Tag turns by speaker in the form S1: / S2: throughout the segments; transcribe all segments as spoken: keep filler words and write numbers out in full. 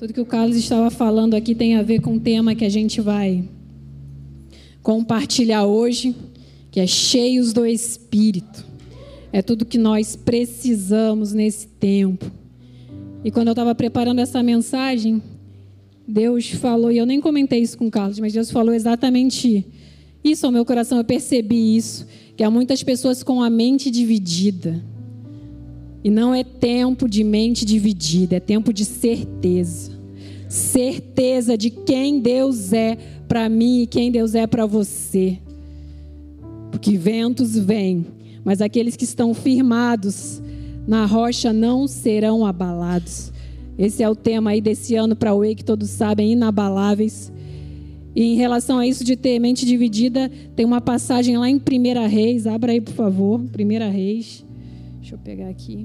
S1: Tudo que o Carlos estava falando aqui tem a ver com o tema que a gente vai compartilhar hoje, que é cheios do Espírito. É tudo que nós precisamos nesse tempo. E quando eu estava preparando essa mensagem, Deus falou, e eu nem comentei isso com o Carlos, mas Deus falou exatamente isso ao meu coração. Eu percebi isso, que há muitas pessoas com a mente dividida. E não é tempo de mente dividida, é tempo de certeza. Certeza de quem Deus é para mim e quem Deus é para você. Porque ventos vêm, mas aqueles que estão firmados na rocha não serão abalados. Esse é o tema aí desse ano para o E, que todos sabem, inabaláveis. E em relação a isso de ter mente dividida, tem uma passagem lá em Primeira Reis. Abra aí, por favor. Primeira Reis. Deixa eu pegar aqui.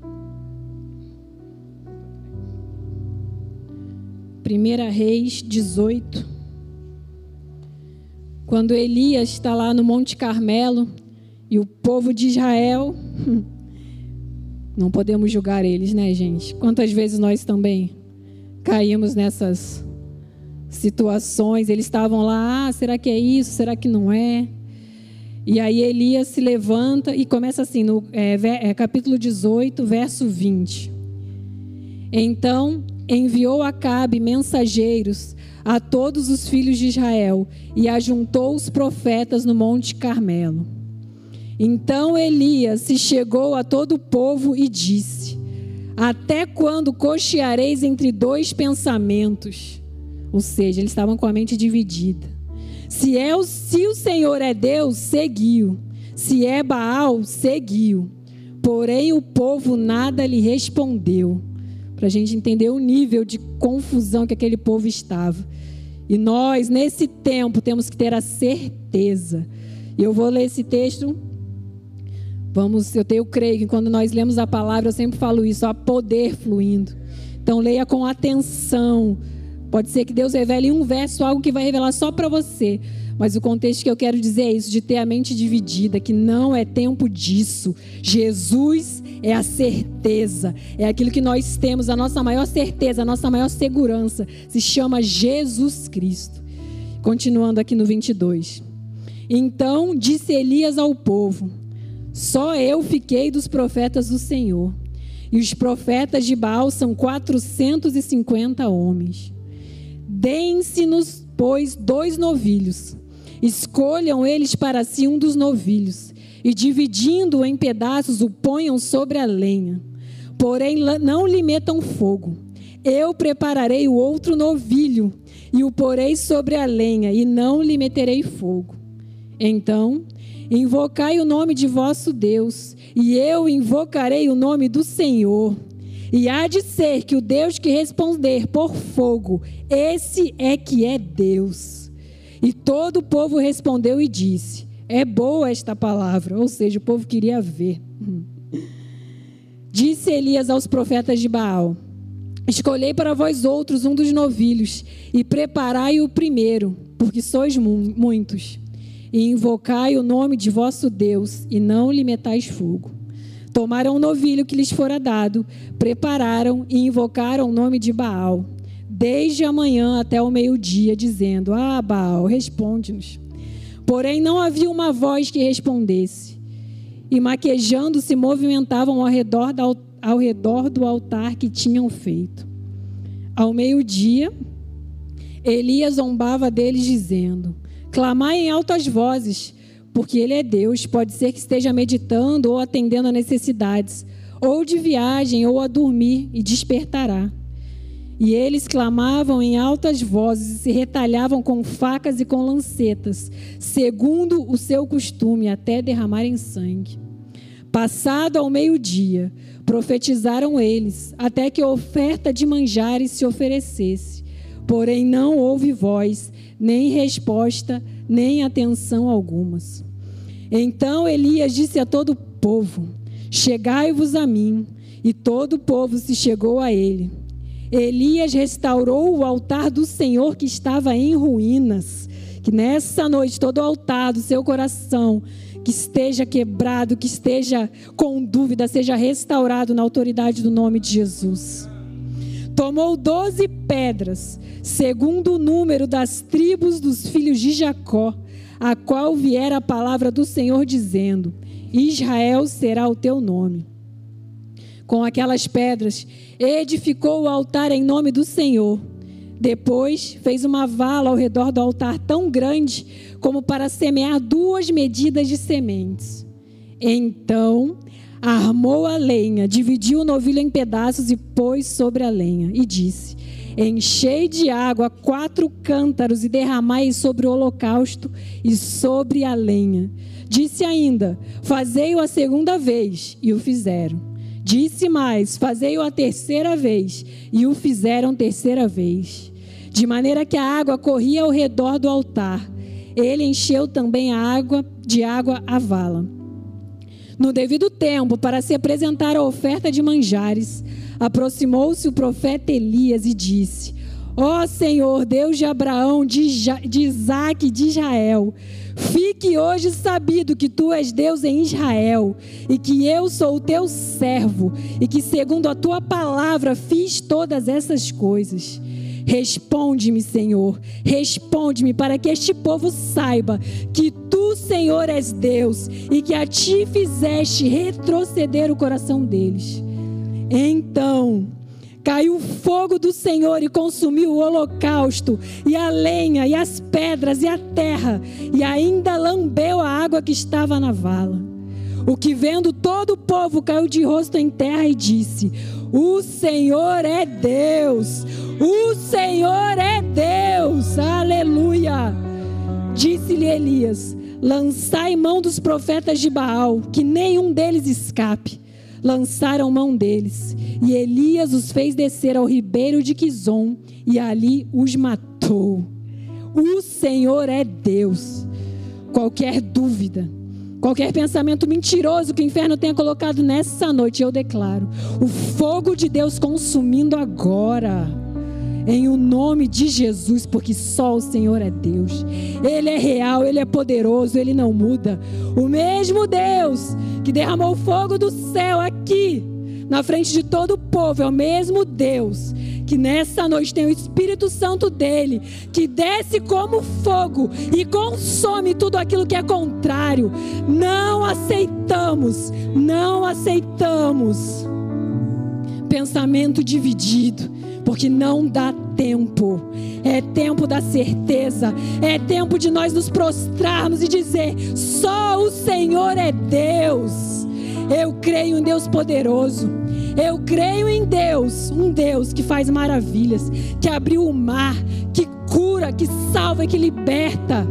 S1: Primeira Reis dezoito. Quando Elias está lá no Monte Carmelo e o povo de Israel... Não podemos julgar eles, né, gente? Quantas vezes nós também caímos nessas situações? Eles estavam lá, ah, será que é isso? Será que não é? E aí Elias se levanta e começa assim, no é, é, capítulo dezoito, verso vinte. Então enviou Acabe mensageiros a todos os filhos de Israel e ajuntou os profetas no Monte Carmelo. Então Elias se chegou a todo o povo e disse: até quando cocheareis entre dois pensamentos? Ou seja, eles estavam com a mente dividida. Se, é o, se o Senhor é Deus, seguiu. Se é Baal, seguiu. Porém o povo nada lhe respondeu. Para a gente entender o nível de confusão que aquele povo estava. E nós, nesse tempo, temos que ter a certeza. E eu vou ler esse texto. Vamos, eu tenho, eu creio que quando nós lemos a palavra, eu sempre falo isso, há poder fluindo. Então leia com atenção. Pode ser que Deus revele em um verso algo que vai revelar só para você. Mas o contexto que eu quero dizer é isso, de ter a mente dividida, que não é tempo disso. Jesus é a certeza, é aquilo que nós temos, a nossa maior certeza, a nossa maior segurança. Se chama Jesus Cristo. Continuando aqui no vinte e dois. Então disse Elias ao povo: só eu fiquei dos profetas do Senhor. E os profetas de Baal são quatrocentos e cinquenta homens. Deem-se-nos, pois, dois novilhos. Escolham eles para si um dos novilhos. E dividindo-o em pedaços, o ponham sobre a lenha. Porém, não lhe metam fogo. Eu prepararei o outro novilho e o porei sobre a lenha, e não lhe meterei fogo. Então... invocai o nome de vosso Deus, e eu invocarei o nome do Senhor. E há de ser que o Deus que responder por fogo, esse é que é Deus. E todo o povo respondeu e disse: é boa esta palavra. Ou seja, o povo queria ver. Disse Elias aos profetas de Baal: escolhei para vós outros um dos novilhos, e preparai o primeiro, porque sois mu- muitos. E invocai o nome de vosso Deus, e não lhe metais fogo. Tomaram o novilho que lhes fora dado, prepararam e invocaram o nome de Baal, desde a manhã até o meio-dia, dizendo: ah, Baal, responde-nos. Porém não havia uma voz que respondesse. E maquejando se movimentavam ao redor, da, ao redor do altar que tinham feito. Ao meio-dia, Elias zombava deles, dizendo: clamai em altas vozes, porque ele é Deus. Pode ser que esteja meditando ou atendendo a necessidades, ou de viagem, ou a dormir, e despertará. E eles clamavam em altas vozes e se retalhavam com facas e com lancetas, segundo o seu costume, até derramarem sangue. Passado ao meio-dia, profetizaram eles, até que a oferta de manjares se oferecesse. Porém não houve voz, nem resposta, nem atenção algumas. Então Elias disse a todo o povo: chegai-vos a mim. E todo o povo se chegou a ele. Elias restaurou o altar do Senhor que estava em ruínas. Que nessa noite todo o altar do seu coração que esteja quebrado, que esteja com dúvida, seja restaurado na autoridade do nome de Jesus. Tomou doze pedras, segundo o número das tribos dos filhos de Jacó, a qual viera a palavra do Senhor dizendo: Israel será o teu nome. Com aquelas pedras, edificou o altar em nome do Senhor. Depois, fez uma vala ao redor do altar tão grande como para semear duas medidas de sementes. Então, armou a lenha, dividiu o novilho em pedaços e pôs sobre a lenha. E disse: enchei de água quatro cântaros e derramai sobre o holocausto e sobre a lenha. Disse ainda: fazei-o a segunda vez, e o fizeram. Disse mais: fazei-o a terceira vez, e o fizeram terceira vez. De maneira que a água corria ao redor do altar. Ele encheu também a água de água a vala. No devido tempo, para se apresentar a oferta de manjares, aproximou-se o profeta Elias e disse: ó Senhor, Deus de Abraão, de, ja, de Isaque e de Israel, fique hoje sabido que tu és Deus em Israel, e que eu sou o teu servo, e que segundo a tua palavra fiz todas essas coisas. Responde-me, Senhor, responde-me, para que este povo saiba que tu, Senhor, és Deus, e que a ti fizeste retroceder o coração deles. Então caiu o fogo do Senhor e consumiu o holocausto, e a lenha, e as pedras, e a terra, e ainda lambeu a água que estava na vala. O que vendo todo o povo caiu de rosto em terra e disse: o Senhor é Deus, o Senhor é Deus, aleluia. Disse-lhe Elias: lançai mão dos profetas de Baal, que nenhum deles escape. Lançaram mão deles, e Elias os fez descer ao ribeiro de Quizom, e ali os matou. O Senhor é Deus. Qualquer dúvida, qualquer pensamento mentiroso que o inferno tenha colocado nessa noite, eu declaro o fogo de Deus consumindo agora, em o nome de Jesus, porque só o Senhor é Deus. Ele é real, Ele é poderoso, Ele não muda. O mesmo Deus que derramou fogo do céu aqui, na frente de todo o povo, é o mesmo Deus que nessa noite tem o Espírito Santo dele, que desce como fogo e consome tudo aquilo que é contrário. Não aceitamos, não aceitamos pensamento dividido, porque não dá tempo. É tempo da certeza, é tempo de nós nos prostrarmos e dizer: só o Senhor é Deus. Eu creio em Deus poderoso, eu creio em Deus, um Deus que faz maravilhas, que abriu o mar, que cura, que salva, que liberta.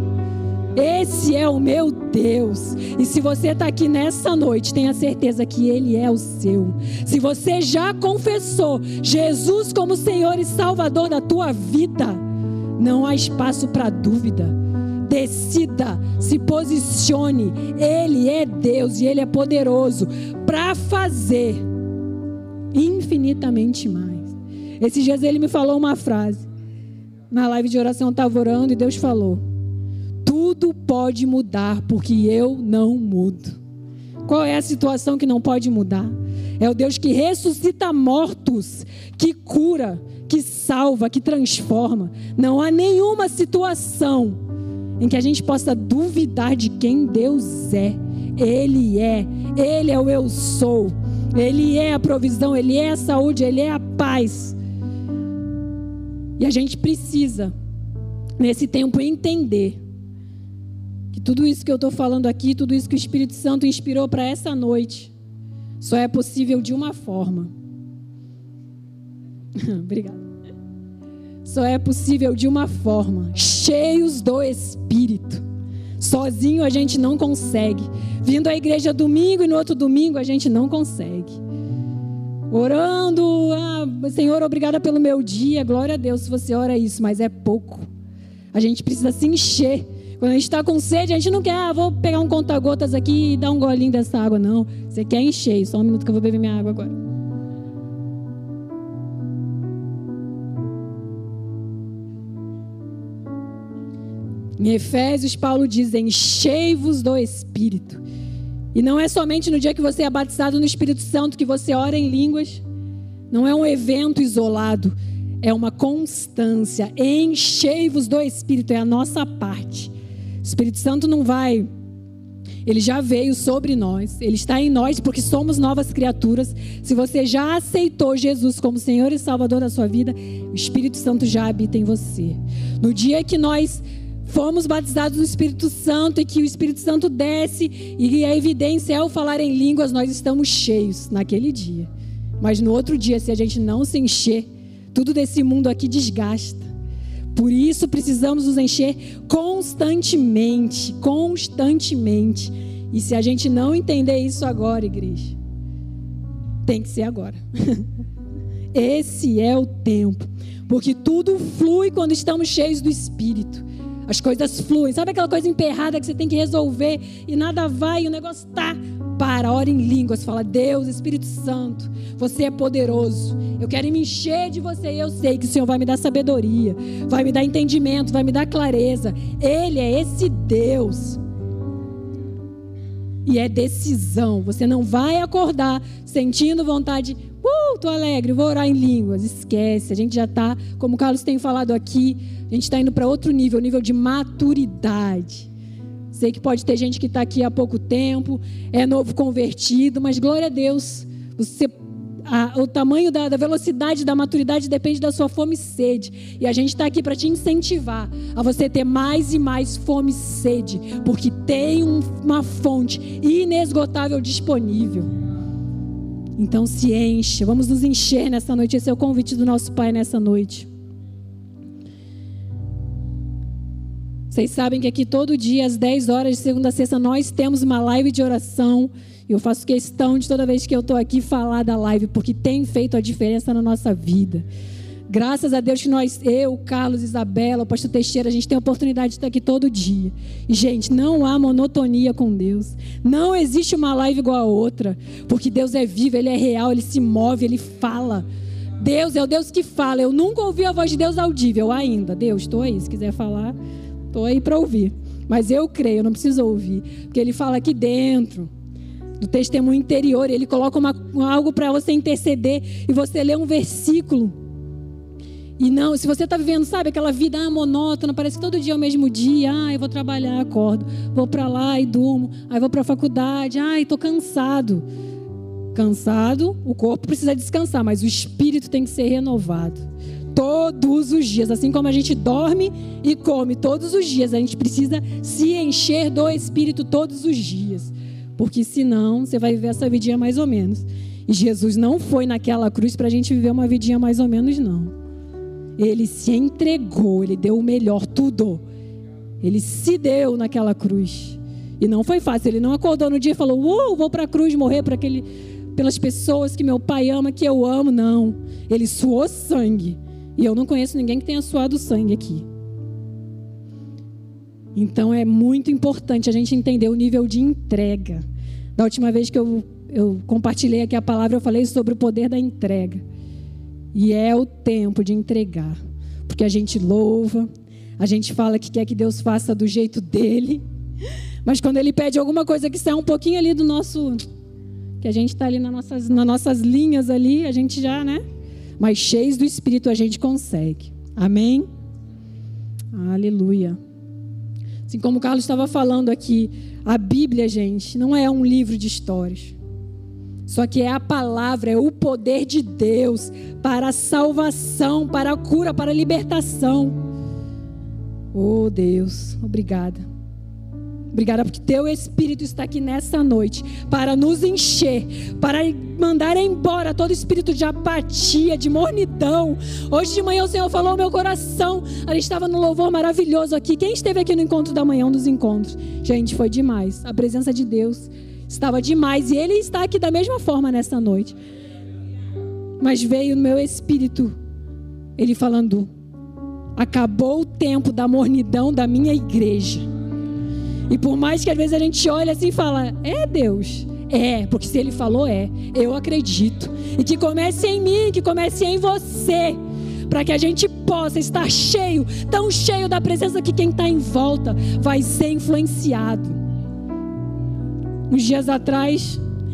S1: Esse é o meu Deus. E se você está aqui nessa noite, tenha certeza que Ele é o seu. Se você já confessou Jesus como Senhor e Salvador da tua vida, não há espaço para dúvida. Decida, se posicione. Ele é Deus e Ele é poderoso para fazer infinitamente mais. Esses dias Ele me falou uma frase. Na live de oração eu estava orando e Deus falou: tudo pode mudar, porque eu não mudo. Qual é a situação que não pode mudar? É o Deus que ressuscita mortos, que cura, que salva, que transforma. Não há nenhuma situação em que a gente possa duvidar de quem Deus é. Ele é, Ele é o eu sou, Ele é a provisão, Ele é a saúde, Ele é a paz. E a gente precisa, nesse tempo, entender que tudo isso que eu estou falando aqui, tudo isso que o Espírito Santo inspirou para essa noite, só é possível de uma forma. Obrigada. Só é possível de uma forma: cheios do Espírito. Sozinho a gente não consegue. Vindo à igreja domingo e no outro domingo a gente não consegue. Orando, ah, Senhor, obrigada pelo meu dia, glória a Deus se você ora isso, mas é pouco. A gente precisa se encher. Quando a gente está com sede, a gente não quer, ah, vou pegar um conta-gotas aqui e dar um golinho dessa água, não. Você quer encher. Só um minuto que eu vou beber minha água agora. Em Efésios, Paulo diz: enchei-vos do Espírito. E não é somente no dia que você é batizado no Espírito Santo que você ora em línguas. Não é um evento isolado, é uma constância. Enchei-vos do Espírito, é a nossa parte. O Espírito Santo não vai, ele já veio sobre nós, ele está em nós porque somos novas criaturas. Se você já aceitou Jesus como Senhor e Salvador da sua vida, o Espírito Santo já habita em você. No dia que nós fomos batizados no Espírito Santo e que o Espírito Santo desce e a evidência é o falar em línguas, nós estamos cheios naquele dia. Mas no outro dia, se a gente não se encher, tudo desse mundo aqui desgasta. Por isso precisamos nos encher constantemente, constantemente. E se a gente não entender isso agora, igreja, tem que ser agora. Esse é o tempo. Porque tudo flui quando estamos cheios do Espírito. As coisas fluem. Sabe aquela coisa emperrada que você tem que resolver e nada vai e o negócio tá? Para, ora em línguas, fala: Deus, Espírito Santo, você é poderoso. Eu quero me encher de você e eu sei que o Senhor vai me dar sabedoria, vai me dar entendimento, vai me dar clareza. Ele é esse Deus. E é decisão. Você não vai acordar sentindo vontade, uh, tô alegre, vou orar em línguas. Esquece, a gente já está, como o Carlos tem falado aqui, a gente está indo para outro nível, nível de maturidade. Sei que pode ter gente que está aqui há pouco tempo, é novo convertido, mas glória a Deus, você, a, o tamanho da, da velocidade da maturidade depende da sua fome e sede. E a gente está aqui para te incentivar a você ter mais e mais fome e sede, porque tem um, uma fonte inesgotável disponível. Então se enche, vamos nos encher nessa noite. Esse é o convite do nosso Pai nessa noite. Vocês sabem que aqui todo dia, às dez horas, de segunda a sexta, nós temos uma live de oração. Eu faço questão de, toda vez que eu estou aqui, falar da live, porque tem feito a diferença na nossa vida. Graças a Deus que nós, eu, Carlos, Isabela, o pastor Teixeira, a gente tem a oportunidade de estar aqui todo dia. E, gente, não há monotonia com Deus. Não existe uma live igual a outra, porque Deus é vivo, Ele é real, Ele se move, Ele fala. Deus é o Deus que fala. Eu nunca ouvi a voz de Deus audível ainda. Deus, estou aí, se quiser falar... Estou aí para ouvir, mas eu creio, eu não preciso ouvir, porque Ele fala aqui dentro, do testemunho interior, Ele coloca uma, algo para você interceder, e você lê um versículo, e não, se você está vivendo, sabe, aquela vida ah, monótona, parece que todo dia é o mesmo dia, ah, eu vou trabalhar, acordo, vou para lá e durmo, aí vou para a faculdade, ah, estou cansado, cansado, o corpo precisa descansar, mas o espírito tem que ser renovado. Todos os dias, assim como a gente dorme e come todos os dias, a gente precisa se encher do Espírito todos os dias, porque senão você vai viver essa vidinha mais ou menos. E Jesus não foi naquela cruz para a gente viver uma vidinha mais ou menos, não. Ele se entregou, Ele deu o melhor, tudo. Ele se deu naquela cruz. E não foi fácil, Ele não acordou no dia e falou: uh, vou para a cruz morrer por aquele, pelas pessoas que meu Pai ama, que eu amo. Não, Ele suou sangue. E eu não conheço ninguém que tenha suado sangue aqui. Então é muito importante a gente entender o nível de entrega. Da última vez que eu, eu compartilhei aqui a palavra, eu falei sobre o poder da entrega. E é o tempo de entregar. Porque a gente louva, a gente fala que quer que Deus faça do jeito dele. Mas quando Ele pede alguma coisa que sai um pouquinho ali do nosso... Que a gente está ali nas nossas, nas nossas linhas ali, a gente já, né? Mas cheios do Espírito a gente consegue. Amém? Aleluia. Assim como o Carlos estava falando aqui, a Bíblia, gente, não é um livro de histórias. Só que é a palavra, é o poder de Deus para a salvação, para a cura, para a libertação. Oh Deus, obrigada. Obrigada porque Teu Espírito está aqui nessa noite para nos encher, para mandar embora todo espírito de apatia, de mornidão. Hoje de manhã o Senhor falou ao meu coração, a gente estava num louvor maravilhoso aqui. Quem esteve aqui no encontro da manhã, um dos encontros? Gente, foi demais. A presença de Deus estava demais e Ele está aqui da mesma forma nessa noite. Mas veio no meu espírito Ele falando: acabou o tempo da mornidão da minha igreja. E por mais que às vezes a gente olhe assim e fala: é Deus, é, porque se Ele falou é, eu acredito. E que comece em mim, que comece em você, para que a gente possa estar cheio, tão cheio da presença que quem está em volta vai ser influenciado. Uns dias atrás,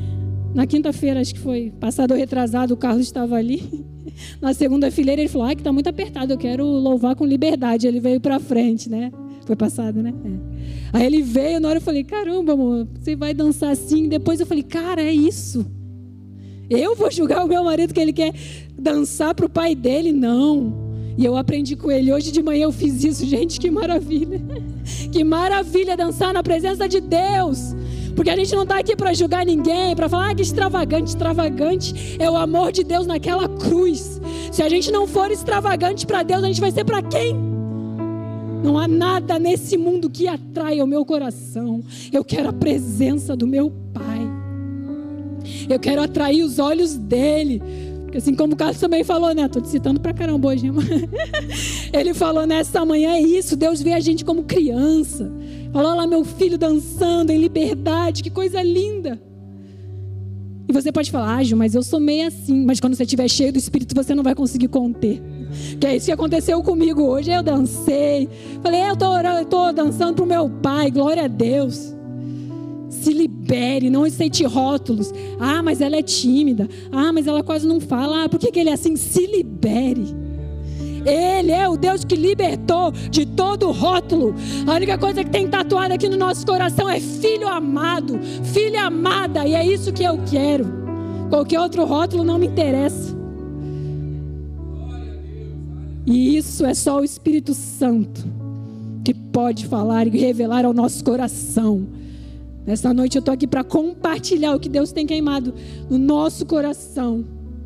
S1: Na quinta-feira, acho que foi passado ou retrasado, o Carlos estava ali. Na segunda fileira, ele falou, ai, que tá muito apertado, eu quero louvar com liberdade. Ele veio pra frente, né? Foi passado, né? É. Aí ele veio, na hora eu falei, caramba, amor, você vai dançar assim? Depois eu falei, cara, é isso. Eu vou julgar o meu marido que ele quer dançar pro pai dele? Não. E eu aprendi com ele. Hoje de manhã eu fiz isso. Gente, que maravilha. Que maravilha dançar na presença de Deus. Porque a gente não está aqui para julgar ninguém, para falar ah, que extravagante. Extravagante é o amor de Deus naquela cruz. Se a gente não for extravagante para Deus, a gente vai ser para quem? Não há nada nesse mundo que atraia o meu coração. Eu quero a presença do meu Pai. Eu quero atrair os olhos dele. Porque assim como o Carlos também falou, né? Estou te citando pra caramba hoje, irmão. Ele falou nessa manhã, é isso. Deus vê a gente como criança. Falou lá, meu filho dançando em liberdade. Que coisa linda. E você pode falar, ah, Ju, mas eu sou meio assim. Mas quando você estiver cheio do Espírito, você não vai conseguir conter. Que é isso que aconteceu comigo hoje. Eu dancei. Falei, eu tô, eu tô dançando pro meu pai. Glória a Deus. Se libere, não aceite rótulos. Ah, mas ela é tímida. Ah, mas ela quase não fala. Ah, por que, que ele é assim? Se libere. Ele é o Deus que libertou de todo rótulo. A única coisa que tem tatuado aqui no nosso coração é filho amado, filha amada. E é isso que eu quero. Qualquer outro rótulo não me interessa. E isso é só o Espírito Santo que pode falar e revelar ao nosso coração. Nessa noite eu estou aqui para compartilhar o que Deus tem queimado no nosso coração.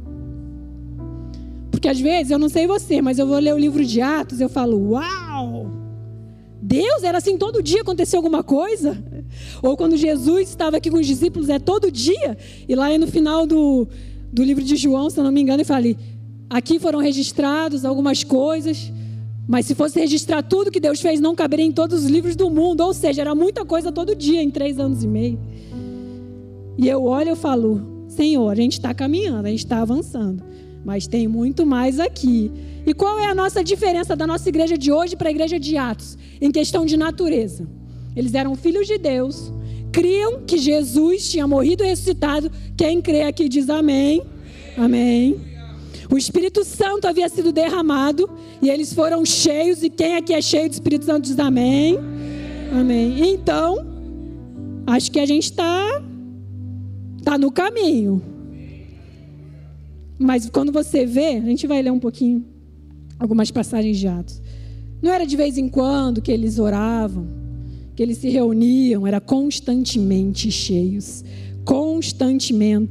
S1: Porque às vezes, eu não sei você, mas eu vou ler o livro de Atos e eu falo, uau! Deus era assim todo dia, aconteceu alguma coisa? Ou quando Jesus estava aqui com os discípulos, é todo dia? E lá no final do, do livro de João, se eu não me engano, eu falei, aqui foram registrados algumas coisas, mas se fosse registrar tudo que Deus fez, não caberia em todos os livros do mundo. Ou seja, era muita coisa todo dia, em três anos e meio. E eu olho e eu falo, Senhor, a gente está caminhando, a gente está avançando. Mas tem muito mais aqui. E qual é a nossa diferença da nossa igreja de hoje para a igreja de Atos? Em questão de natureza. Eles eram filhos de Deus, criam que Jesus tinha morrido e ressuscitado. Quem crê aqui diz amém. Amém. O Espírito Santo havia sido derramado e eles foram cheios. E quem aqui é cheio do Espírito Santo diz amém. Amém. Então, acho que a gente está tá no caminho. Mas quando você vê, a gente vai ler um pouquinho, algumas passagens de Atos. Não era de vez em quando que eles oravam, que eles se reuniam, era constantemente cheios. Constantemente,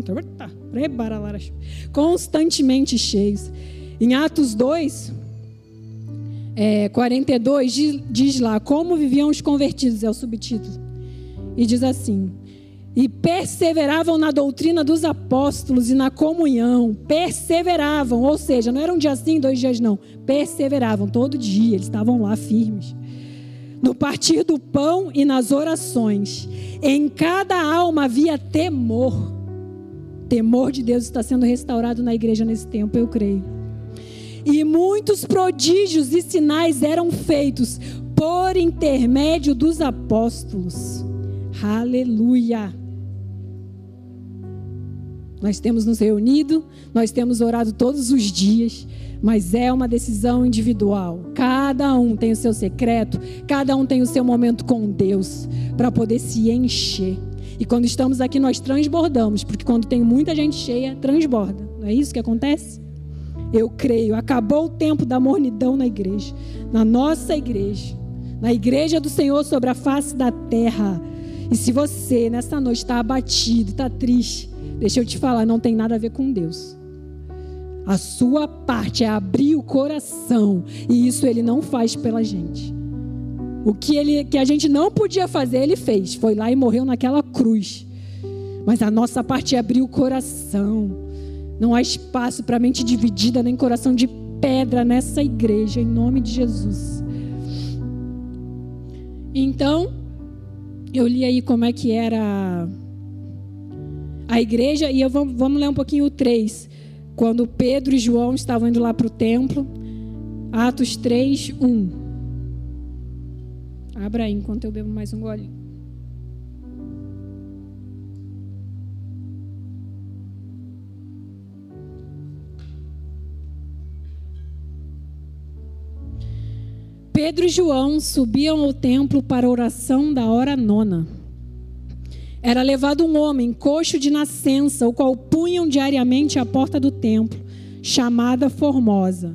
S1: constantemente cheios. Em Atos dois, é, quarenta e dois, diz, diz lá, como viviam os convertidos, é o subtítulo. E diz assim... E perseveravam na doutrina dos apóstolos e na comunhão. Perseveravam, ou seja, não era um dia sim, dois dias não. Perseveravam, todo dia, eles estavam lá firmes. No partir do pão e nas orações. Em cada alma havia temor. Temor de Deus está sendo restaurado na igreja nesse tempo, eu creio. E muitos prodígios e sinais eram feitos por intermédio dos apóstolos. Aleluia! Nós temos nos reunido, nós temos orado todos os dias, mas é uma decisão individual. Cada um tem o seu secreto, cada um tem o seu momento com Deus, para poder se encher. E quando estamos aqui, nós transbordamos, porque quando tem muita gente cheia, transborda. Não é isso que acontece? Eu creio, acabou o tempo da mornidão na igreja, na nossa igreja, na igreja do Senhor sobre a face da terra. E se você, nessa noite, está abatido, está triste, deixa eu te falar, não tem nada a ver com Deus. A sua parte é abrir o coração. E isso Ele não faz pela gente. O que, ele, que a gente não podia fazer, Ele fez. Foi lá e morreu naquela cruz. Mas a nossa parte é abrir o coração. Não há espaço para mente dividida, nem coração de pedra nessa igreja, em nome de Jesus. Então, eu li aí como é que era a igreja, e eu vamos, vamos ler um pouquinho o três. Quando Pedro e João estavam indo lá para o templo. Atos três, um. Abra aí enquanto eu bebo mais um golinho. Pedro e João subiam ao templo para a oração da hora nona. Era levado um homem, coxo de nascença, o qual punham diariamente à porta do templo, chamada Formosa,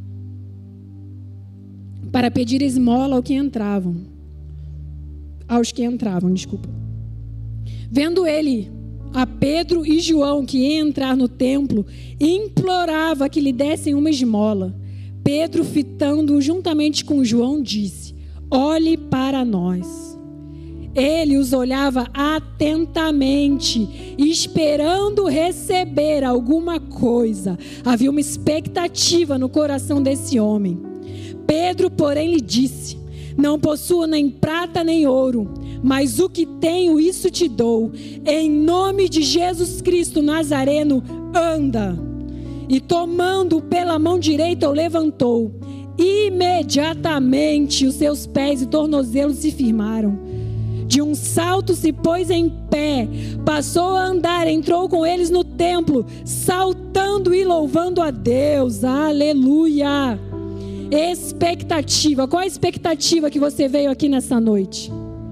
S1: para pedir esmola ao que entravam, aos que entravam, desculpa. Vendo ele a Pedro e João que iam entrar no templo, implorava que lhe dessem uma esmola. Pedro, fitando-o juntamente com João, disse: olhe para nós. Ele os olhava atentamente, esperando receber alguma coisa. Havia uma expectativa no coração desse homem. Pedro, porém, lhe disse: não possuo nem prata nem ouro, mas o que tenho, isso te dou. Em nome de Jesus Cristo Nazareno, anda. E tomando-o pela mão direita, o levantou. Imediatamente os seus pés e tornozelos se firmaram. De um salto se pôs em pé, passou a andar, entrou com eles no templo, saltando e louvando a Deus. Aleluia! Expectativa. Qual a expectativa que você veio aqui nessa noite?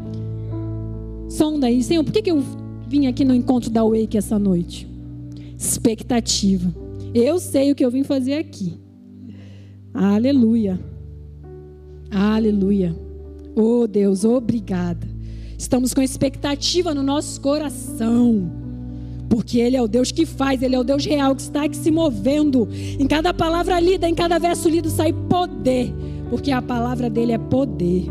S1: Sonda aí, Senhor, por que, que eu vim aqui no encontro da Wake essa noite? Expectativa. Eu sei o que eu vim fazer aqui. Aleluia. Aleluia. Oh Deus, obrigada. Estamos com expectativa no nosso coração, porque Ele é o Deus que faz, Ele é o Deus real que está aqui se movendo. Em cada palavra lida, em cada verso lido sai poder, porque a palavra dEle é poder.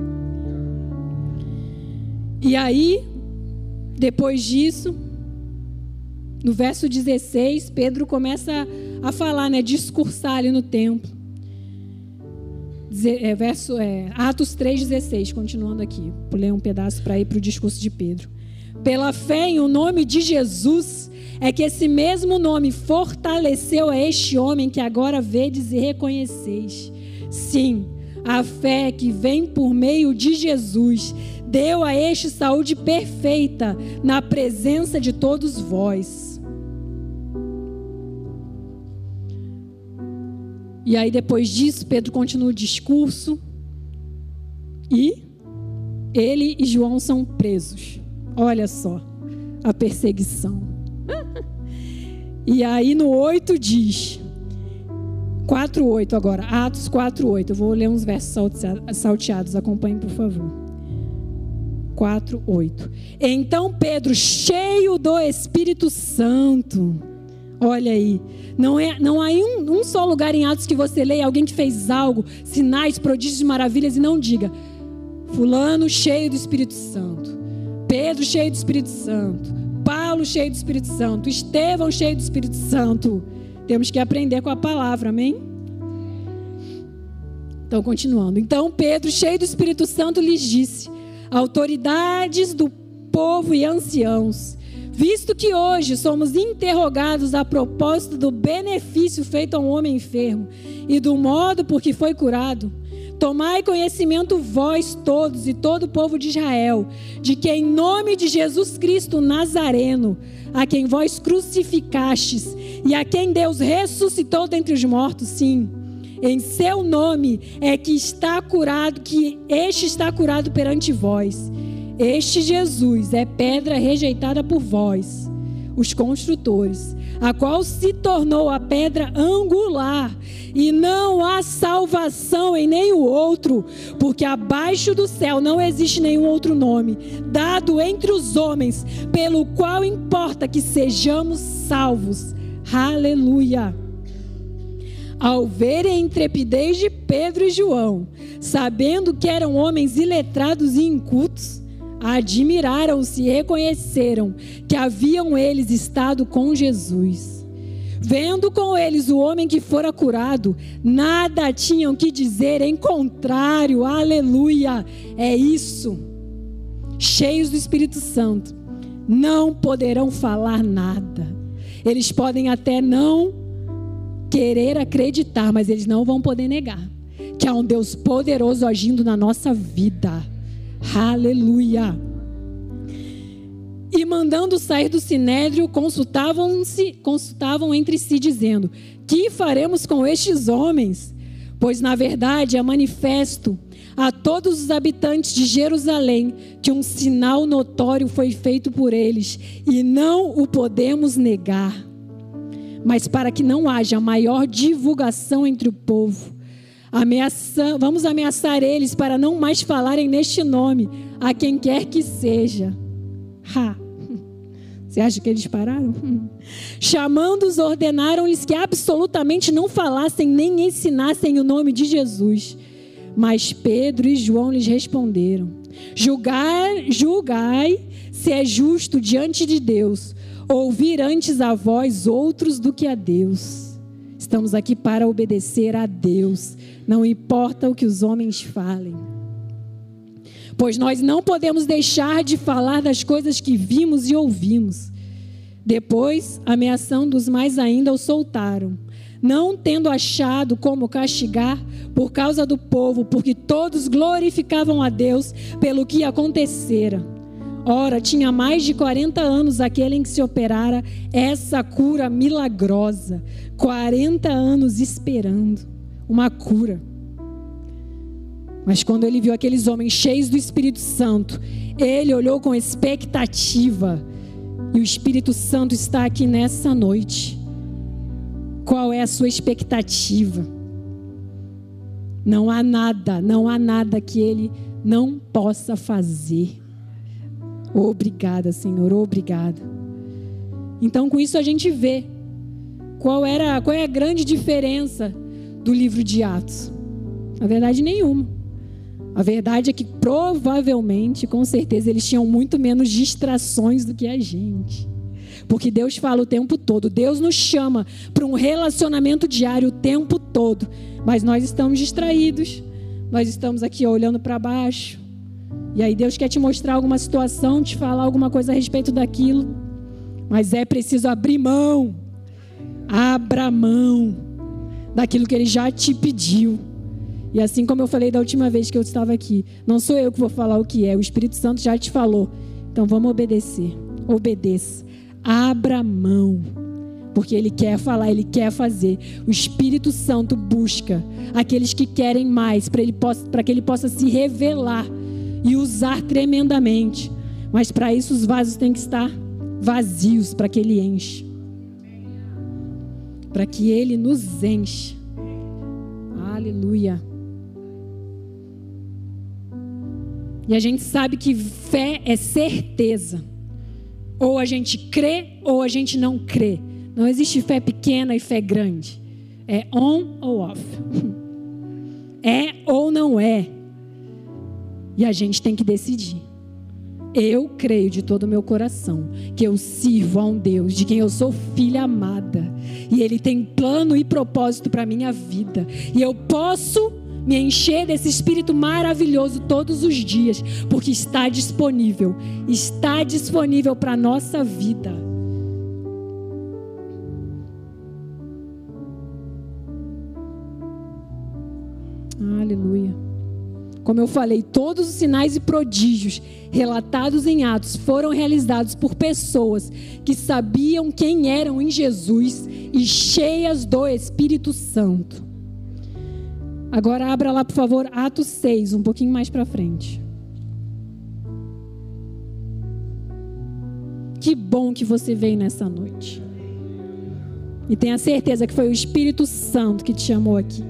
S1: E aí, depois disso, no verso dezesseis, Pedro começa a falar, né, discursar ali no templo. É, verso, é, Atos três, dezesseis, continuando aqui. Pulei um pedaço para ir para o discurso de Pedro. Pela fé em o nome de Jesus, é que esse mesmo nome fortaleceu a este homem que agora vedes e reconheceis. Sim, a fé que vem por meio de Jesus deu a este saúde perfeita na presença de todos vós. E aí depois disso, Pedro continua o discurso e ele e João são presos. Olha só a perseguição. E aí no oito diz, quatro, oito agora, Atos quatro, oito. Eu vou ler uns versos salteados, acompanhem por favor. quatro, oito. Então Pedro, cheio do Espírito Santo, olha aí, não, é, não há um, um só lugar em Atos que você leia alguém que fez algo, sinais, prodígios, maravilhas, e não diga: fulano cheio do Espírito Santo, Pedro cheio do Espírito Santo, Paulo cheio do Espírito Santo, Estevão cheio do Espírito Santo. Temos que aprender com a palavra, amém? Então, continuando. Então Pedro, cheio do Espírito Santo, lhes disse: autoridades do povo e anciãos, visto que hoje somos interrogados a propósito do benefício feito a um homem enfermo e do modo por que foi curado, tomai conhecimento vós todos e todo o povo de Israel, de que em nome de Jesus Cristo Nazareno, a quem vós crucificastes e a quem Deus ressuscitou dentre os mortos, sim, em seu nome é que está curado, que este está curado perante vós. Este Jesus é pedra rejeitada por vós, os construtores, a qual se tornou a pedra angular, e não há salvação em nenhum outro, porque abaixo do céu não existe nenhum outro nome dado entre os homens, pelo qual importa que sejamos salvos. Aleluia! Ao verem a intrepidez de Pedro e João, sabendo que eram homens iletrados e incultos, admiraram-se e reconheceram que haviam eles estado com Jesus. Vendo com eles o homem que fora curado, nada tinham que dizer em contrário. Aleluia! É isso. Cheios do Espírito Santo, não poderão falar nada. Eles podem até não querer acreditar, mas eles não vão poder negar que há um Deus poderoso agindo na nossa vida. Aleluia! E mandando sair do sinédrio, consultavam-se, consultavam entre si, dizendo: que faremos com estes homens? Pois, na verdade, é manifesto a todos os habitantes de Jerusalém que um sinal notório foi feito por eles, e não o podemos negar. Mas para que não haja maior divulgação entre o povo, ameaça, vamos ameaçar eles para não mais falarem neste nome, a quem quer que seja. Ha! Você acha que eles pararam? Chamando-os, ordenaram-lhes que absolutamente não falassem nem ensinassem o nome de Jesus. Mas Pedro e João lhes responderam: Julgai, julgai se é justo diante de Deus ouvir antes a vós outros do que a Deus. Estamos aqui para obedecer a Deus, não importa o que os homens falem. Pois nós não podemos deixar de falar das coisas que vimos e ouvimos. Depois, ameaçando-os mais ainda, o soltaram, não tendo achado como castigar por causa do povo, porque todos glorificavam a Deus pelo que acontecera. Ora, tinha mais de quarenta anos aquele em que se operara essa cura milagrosa. quarenta anos esperando uma cura. Mas quando ele viu aqueles homens cheios do Espírito Santo, ele olhou com expectativa. E o Espírito Santo está aqui nessa noite. Qual é a sua expectativa? Não há nada, não há nada que ele não possa fazer. Obrigada, Senhor, obrigada. Então, com isso a gente vê qual era, qual é a grande diferença do livro de Atos. Na verdade, nenhuma. A verdade é que provavelmente, com certeza, eles tinham muito menos distrações do que a gente. Porque Deus fala o tempo todo. Deus nos chama para um relacionamento diário o tempo todo. Mas nós estamos distraídos. Nós estamos aqui olhando para baixo. E aí Deus quer te mostrar alguma situação, te falar alguma coisa a respeito daquilo. Mas é preciso abrir mão. Abra mão daquilo que Ele já te pediu. E assim como eu falei da última vez que eu estava aqui, não sou eu que vou falar o que é, o Espírito Santo já te falou. Então vamos obedecer. Obedeça. Abra mão. Porque Ele quer falar, Ele quer fazer. O Espírito Santo busca aqueles que querem mais, para ele possa, para que Ele possa se revelar e usar tremendamente. Mas para isso os vasos têm que estar vazios, para que Ele enche. Para que Ele nos enche. Aleluia. E a gente sabe que fé é certeza. Ou a gente crê ou a gente não crê. Não existe fé pequena e fé grande. É on ou off. É ou não é. E a gente tem que decidir. Eu creio de todo o meu coração que eu sirvo a um Deus de quem eu sou filha amada. E Ele tem plano e propósito para a minha vida. E eu posso me encher desse Espírito maravilhoso todos os dias, porque está disponível. Está disponível para a nossa vida. Aleluia. Como eu falei, todos os sinais e prodígios relatados em Atos foram realizados por pessoas que sabiam quem eram em Jesus e cheias do Espírito Santo. Agora abra lá, por favor, Atos seis, um pouquinho mais para frente. Que bom que você veio nessa noite. E tenha certeza que foi o Espírito Santo que te chamou aqui.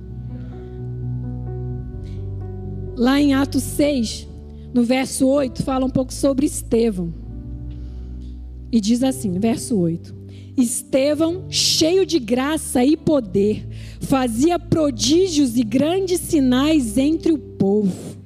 S1: Lá em Atos seis, no verso oito, fala um pouco sobre Estevão. E diz assim, verso oito. Estevão, cheio de graça e poder, fazia prodígios e grandes sinais entre o povo.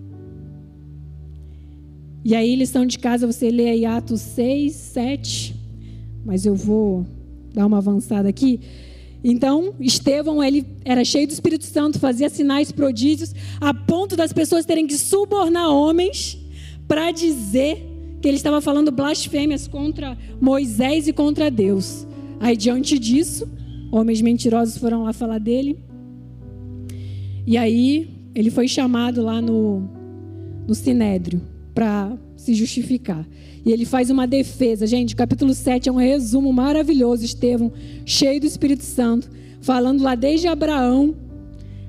S1: E aí, lição de casa, você lê aí Atos seis, sete. Mas eu vou dar uma avançada aqui. Então, Estevão, ele era cheio do Espírito Santo, fazia sinais, prodígios, a ponto das pessoas terem que subornar homens para dizer que ele estava falando blasfêmias contra Moisés e contra Deus. Aí, diante disso, homens mentirosos foram lá falar dele. E aí, ele foi chamado lá no, no Sinédrio para se justificar. E ele faz uma defesa. Gente, capítulo sete é um resumo maravilhoso. Estevão, cheio do Espírito Santo, falando lá desde Abraão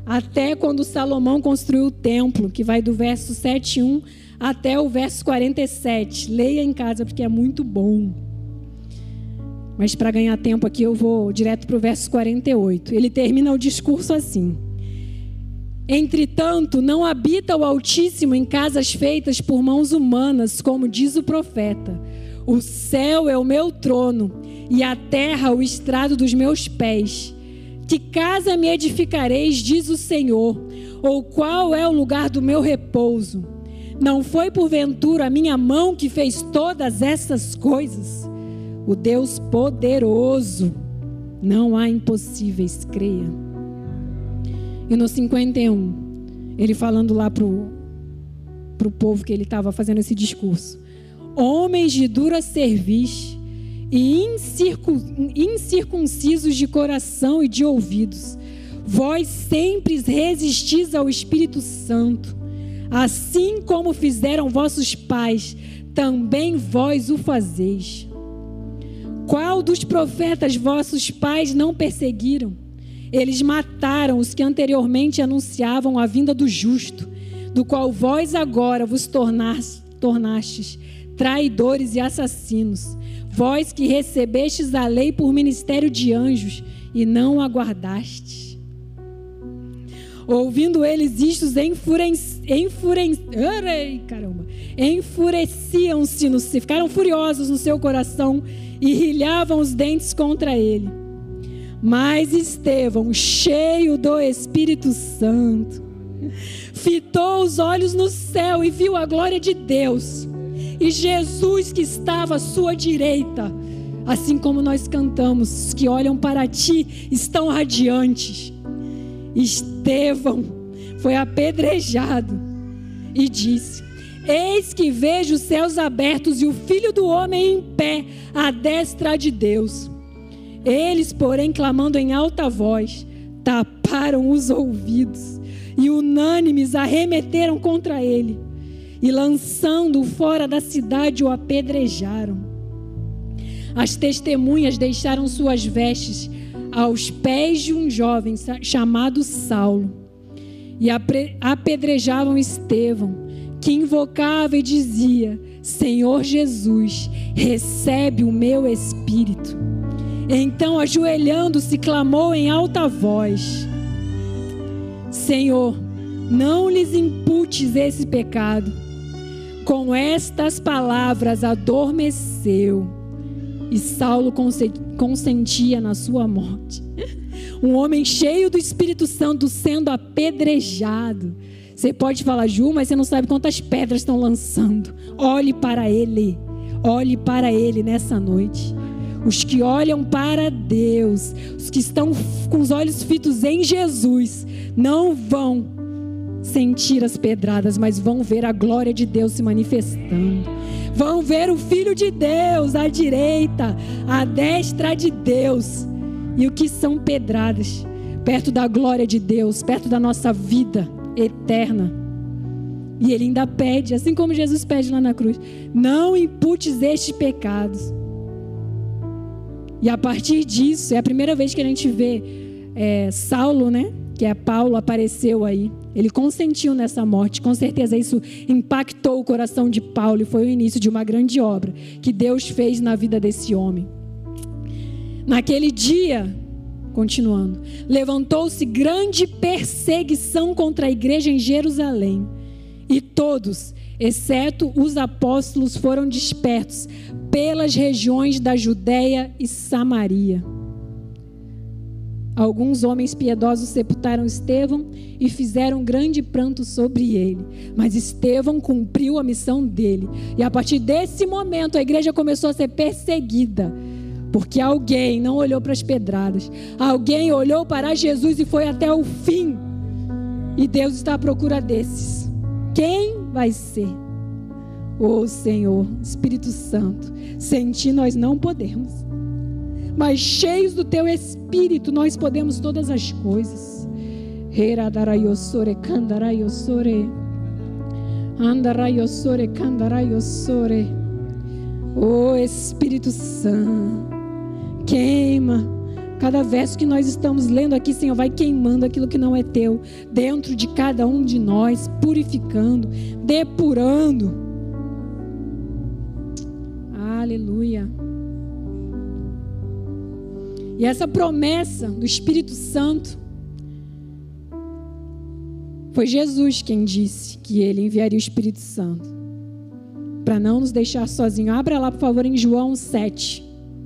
S1: até quando Salomão construiu o templo, que vai do verso sete e um até o verso quarenta e sete. Leia em casa, porque é muito bom. Mas para ganhar tempo aqui, eu vou direto para o verso quarenta e oito. Ele termina o discurso assim: entretanto, não habita o Altíssimo em casas feitas por mãos humanas, como diz o profeta. O céu é o meu trono e a terra o estrado dos meus pés. Que casa me edificareis, diz o Senhor, ou qual é o lugar do meu repouso? Não foi porventura a minha mão que fez todas essas coisas? O Deus poderoso, não há impossíveis, creia. E no cinquenta e um, ele falando lá para o povo que ele estava fazendo esse discurso: homens de dura cerviz e incircun, incircuncisos de coração e de ouvidos, vós sempre resistis ao Espírito Santo, assim como fizeram vossos pais, também vós o fazeis. Qual dos profetas vossos pais não perseguiram? Eles mataram os que anteriormente anunciavam a vinda do justo, do qual vós agora vos tornastes traidores e assassinos, vós que recebestes a lei por ministério de anjos e não aguardastes. Ouvindo eles isto, enfureciam-se, no, ficaram furiosos no seu coração e rilhavam os dentes contra ele. Mas Estevão, cheio do Espírito Santo, fitou os olhos no céu e viu a glória de Deus e Jesus que estava à sua direita. Assim como nós cantamos, os que olham para ti estão radiantes. Estevão foi apedrejado e disse: eis que vejo os céus abertos e o Filho do Homem em pé à destra de Deus. Eles, porém, clamando em alta voz, taparam os ouvidos e unânimes arremeteram contra ele e, lançando-o fora da cidade, o apedrejaram. As testemunhas deixaram suas vestes aos pés de um jovem chamado Saulo e apedrejavam Estevão, que invocava e dizia: Senhor Jesus, recebe o meu espírito. Então, ajoelhando-se, clamou em alta voz: Senhor, não lhes imputes esse pecado. Com estas palavras adormeceu, e Saulo consentia na sua morte. Um homem cheio do Espírito Santo sendo apedrejado. Você pode falar: Ju, mas você não sabe quantas pedras estão lançando. Olhe para ele, olhe para ele nessa noite. Os que olham para Deus, os que estão com os olhos fitos em Jesus, não vão sentir as pedradas, mas vão ver a glória de Deus se manifestando. Vão ver o Filho de Deus à direita, à destra de Deus. E o que são pedradas? Perto da glória de Deus, perto da nossa vida eterna. E ele ainda pede, assim como Jesus pede lá na cruz: não imputes estes pecados. E a partir disso, é a primeira vez que a gente vê é, Saulo, né? Que é Paulo, apareceu aí. Ele consentiu nessa morte. Com certeza isso impactou o coração de Paulo e foi o início de uma grande obra que Deus fez na vida desse homem. Naquele dia, continuando, levantou-se grande perseguição contra a igreja em Jerusalém. E todos, exceto os apóstolos, foram dispersos pelas regiões da Judeia e Samaria. Alguns homens piedosos sepultaram Estevão e fizeram grande pranto sobre ele. Mas Estevão cumpriu a missão dele. E a partir desse momento a igreja começou a ser perseguida. Porque alguém não olhou para as pedradas. Alguém olhou para Jesus e foi até o fim. E Deus está à procura desses. Quem vai ser? Oh Senhor, Espírito Santo, sem ti nós não podemos. Mas cheios do teu Espírito nós podemos todas as coisas. Heradarayosore kandarayosore. Andarayosore kandarayosore. Oh Espírito Santo, queima, Cada verso que nós estamos lendo aqui, Senhor, vai queimando aquilo que não é teu dentro de cada um de nós, purificando, depurando. Aleluia. E essa promessa do Espírito Santo, foi Jesus quem disse que ele enviaria o Espírito Santo para não nos deixar sozinhos. Abra lá, por favor, em João sete.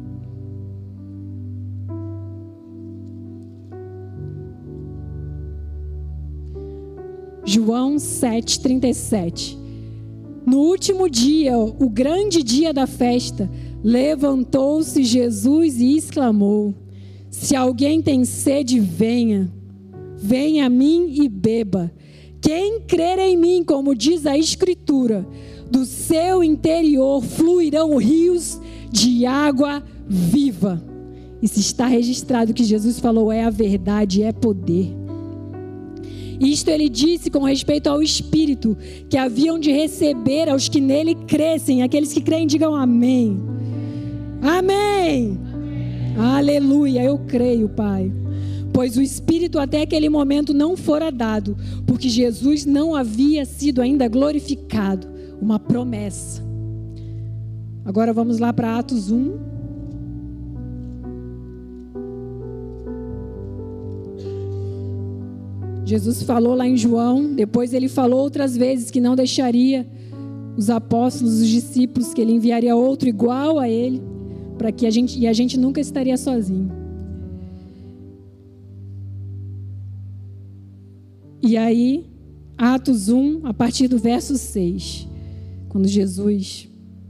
S1: João sete, trinta e sete. No último dia, o grande dia da festa, levantou-se Jesus e exclamou: se alguém tem sede, venha, venha a mim e beba. Quem crer em mim, como diz a Escritura, do seu interior fluirão rios de água viva. E se está registrado que Jesus falou é a verdade, é poder. Isto ele disse com respeito ao Espírito, que haviam de receber aos que nele crescem. Aqueles que creem, digam amém. Amém. Amém. Aleluia, eu creio, Pai. Pois o Espírito até aquele momento não fora dado, porque Jesus não havia sido ainda glorificado. Uma promessa. Agora vamos lá para Atos um. Jesus falou lá em João, depois ele falou outras vezes que não deixaria os apóstolos, os discípulos, que ele enviaria outro igual a ele, para que a gente, e a gente nunca estaria sozinho. E aí, Atos um, a partir do verso seis, quando Jesus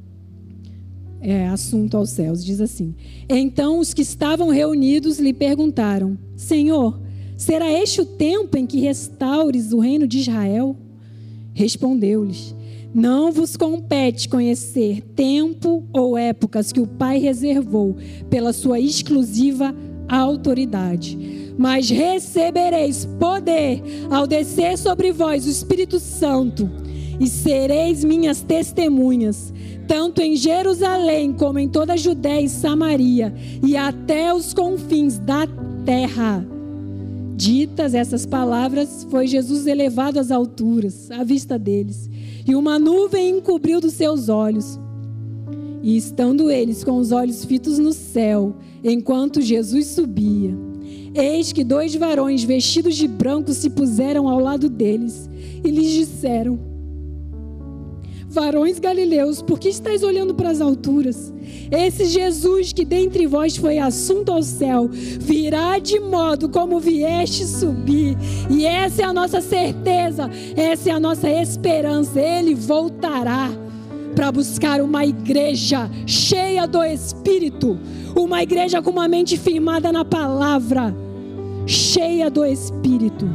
S1: é assunto aos céus, diz assim: então os que estavam reunidos lhe perguntaram: Senhor, será este o tempo em que restaures o reino de Israel? Respondeu-lhes: não vos compete conhecer tempo ou épocas que o Pai reservou pela sua exclusiva autoridade, mas recebereis poder ao descer sobre vós o Espírito Santo, e sereis minhas testemunhas, tanto em Jerusalém como em toda a Judéia e Samaria, e até os confins da terra. Ditas essas palavras, foi Jesus elevado às alturas, à vista deles, e uma nuvem encobriu dos seus olhos. E estando eles com os olhos fitos no céu, enquanto Jesus subia, eis que dois varões vestidos de branco se puseram ao lado deles, e lhes disseram: varões galileus, por que estáis olhando para as alturas? Esse Jesus que dentre vós foi assunto ao céu, virá de modo como vieste subir. E essa é a nossa certeza, essa é a nossa esperança. Ele voltará para buscar uma igreja cheia do Espírito, uma igreja com uma mente firmada na palavra, cheia do Espírito.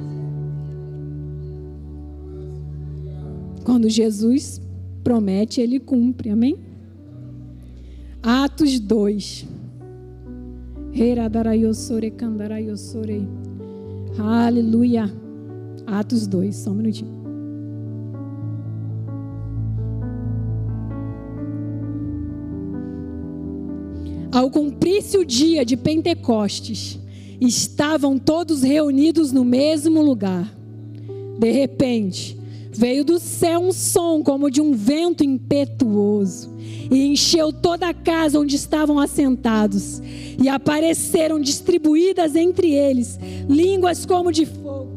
S1: Quando Jesus promete, ele cumpre, amém? Atos dois. Aleluia. Atos dois, só um minutinho. Ao cumprir-se o dia de Pentecostes, estavam todos reunidos no mesmo lugar. De repente, veio do céu um som como de um vento impetuoso e encheu toda a casa onde estavam assentados. E apareceram distribuídas entre eles línguas como de fogo.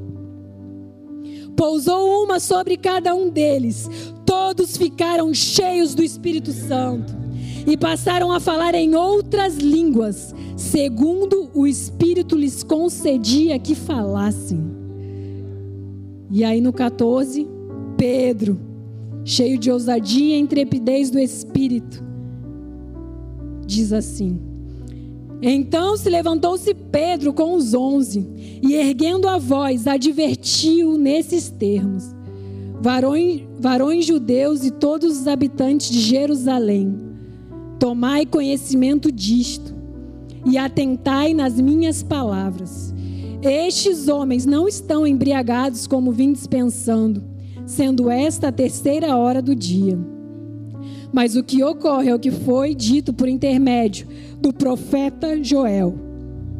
S1: Pousou uma sobre cada um deles. Todos ficaram cheios do Espírito Santo e passaram a falar em outras línguas, segundo o Espírito lhes concedia que falassem. E aí no catorze, Pedro, cheio de ousadia e intrepidez do Espírito, diz assim: então se levantou-se Pedro com os onze, e erguendo a voz, advertiu nesses termos: varões, varões judeus e todos os habitantes de Jerusalém, tomai conhecimento disto, e atentai nas minhas palavras. Estes homens não estão embriagados como vindes pensando, sendo esta a terceira hora do dia. Mas o que ocorre é o que foi dito por intermédio do profeta Joel.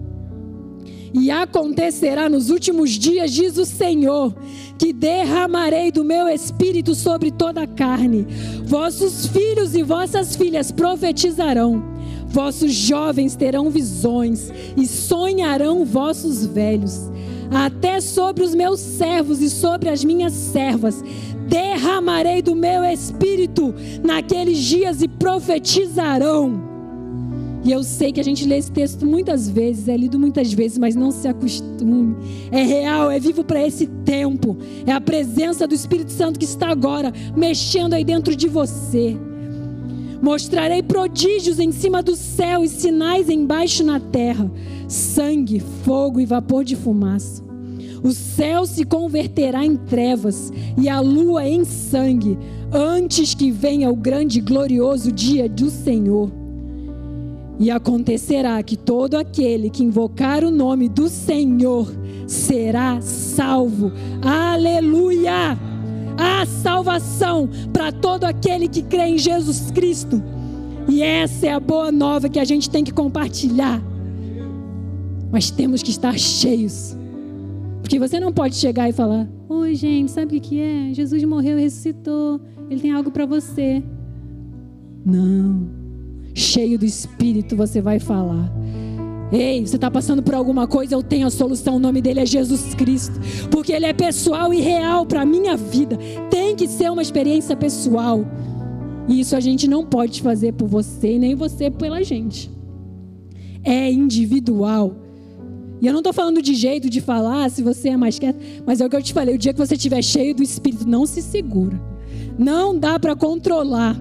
S1: E acontecerá nos últimos dias, diz o Senhor, que derramarei do meu espírito sobre toda a carne. Vossos filhos e vossas filhas profetizarão. Vossos jovens terão visões e sonharão vossos velhos. Até sobre os meus servos e sobre as minhas servas derramarei do meu espírito naqueles dias e profetizarão. E eu sei que a gente lê esse texto muitas vezes, é lido muitas vezes, mas não se acostume. É real, é vivo para esse tempo. É a presença do Espírito Santo que está agora mexendo aí dentro de você. Mostrarei prodígios em cima do céu e sinais embaixo na terra: sangue, fogo e vapor de fumaça. O céu se converterá em trevas e a lua em sangue, antes que venha o grande e glorioso dia do Senhor. E acontecerá que todo aquele que invocar o nome do Senhor será salvo. Aleluia! Há salvação para todo aquele que crê em Jesus Cristo. E essa é a boa nova que a gente tem que compartilhar. Mas temos que estar cheios. Porque você não pode chegar e falar: oi gente, sabe o que é? Jesus morreu e ressuscitou. Ele tem algo para você. Não. Cheio do Espírito você vai falar: ei, você está passando por alguma coisa? Eu tenho a solução, o nome dele é Jesus Cristo, porque ele é pessoal e real para a minha vida. Tem que ser uma experiência pessoal. E isso a gente não pode fazer por você e nem você pela gente. É individual. E eu não estou falando de jeito de falar, se você é mais quieto, mas é o que eu te falei: o dia que você estiver cheio do Espírito, não se segura. Não dá para controlar.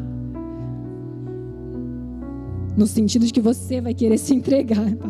S1: No sentido de que você vai querer se entregar, tá?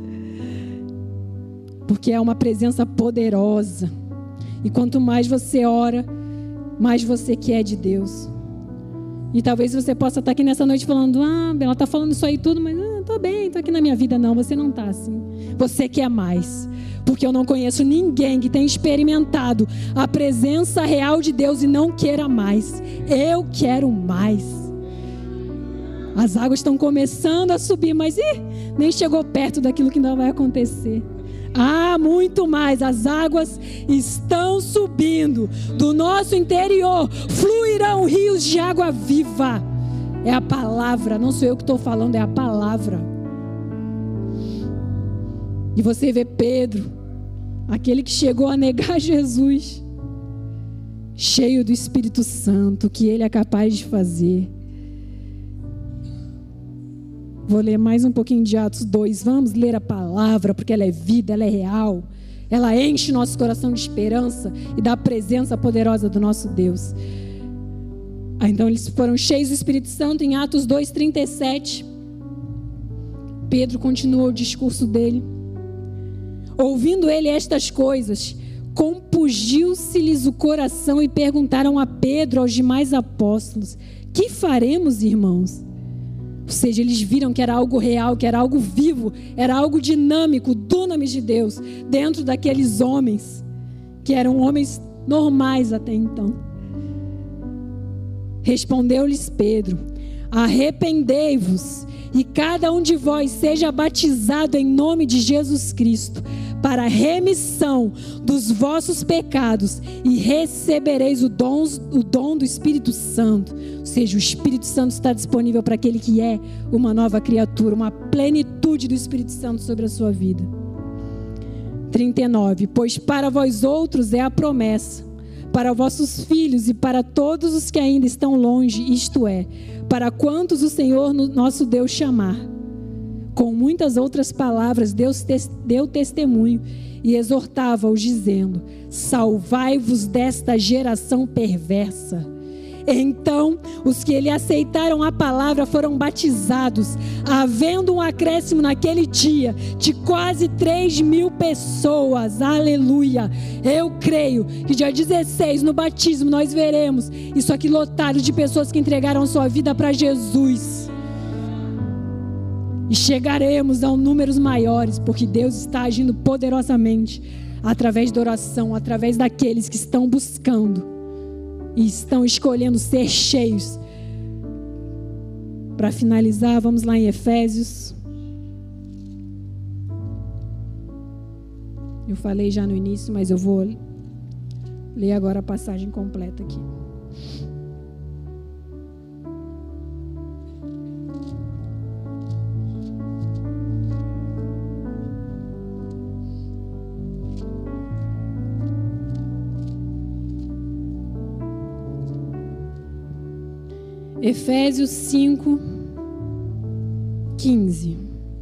S1: Porque é uma presença poderosa. E quanto mais você ora, mais você quer de Deus. E talvez você possa estar aqui nessa noite falando: ah, ela está falando isso aí tudo, mas ah, tô bem, tô aqui na minha vida. Não, você não está assim. Você quer mais. Porque eu não conheço ninguém que tenha experimentado a presença real de Deus e não queira mais. Eu quero mais. As águas estão começando a subir, mas ih, nem chegou perto daquilo que ainda vai acontecer. Ah, muito mais. As águas estão subindo. Do nosso interior fluirão rios de água viva. É a palavra, não sou eu que estou falando, é a palavra. E você vê Pedro, aquele que chegou a negar Jesus, cheio do Espírito Santo, que ele é capaz de fazer. Vou ler mais um pouquinho de Atos dois. Vamos ler a palavra, porque ela é vida, ela é real. Ela enche nosso coração de esperança e da presença poderosa do nosso Deus. Ah, então eles foram cheios do Espírito Santo. Em Atos dois, trinta e sete, Pedro continuou o discurso dele. Ouvindo ele estas coisas, compungiu-se-lhes o coração e perguntaram a Pedro e aos demais apóstolos: que faremos, irmãos? Ou seja, eles viram que era algo real, que era algo vivo, era algo dinâmico, dunamis de Deus, dentro daqueles homens, que eram homens normais até então. Respondeu-lhes Pedro: arrependei-vos e cada um de vós seja batizado em nome de Jesus Cristo, para a remissão dos vossos pecados, e recebereis o dom, o dom do Espírito Santo. Ou seja, o Espírito Santo está disponível para aquele que é uma nova criatura, uma plenitude do Espírito Santo sobre a sua vida. trinta e nove. Pois para vós outros é a promessa, para vossos filhos e para todos os que ainda estão longe, isto é, para quantos o Senhor nosso Deus chamar. Com muitas outras palavras, Deus deu testemunho e exortava-os, dizendo: salvai-vos desta geração perversa. Então, os que lhe aceitaram a palavra foram batizados, havendo um acréscimo naquele dia de quase três mil pessoas. Aleluia! Eu creio que dia dezesseis, no batismo, nós veremos isso aqui lotado de pessoas que entregaram sua vida para Jesus. E chegaremos a números maiores, porque Deus está agindo poderosamente através da oração, através daqueles que estão buscando e estão escolhendo ser cheios. Para finalizar, vamos lá em Efésios. Eu falei já no início, mas eu vou ler agora a passagem completa aqui. Efésios cinco, quinze.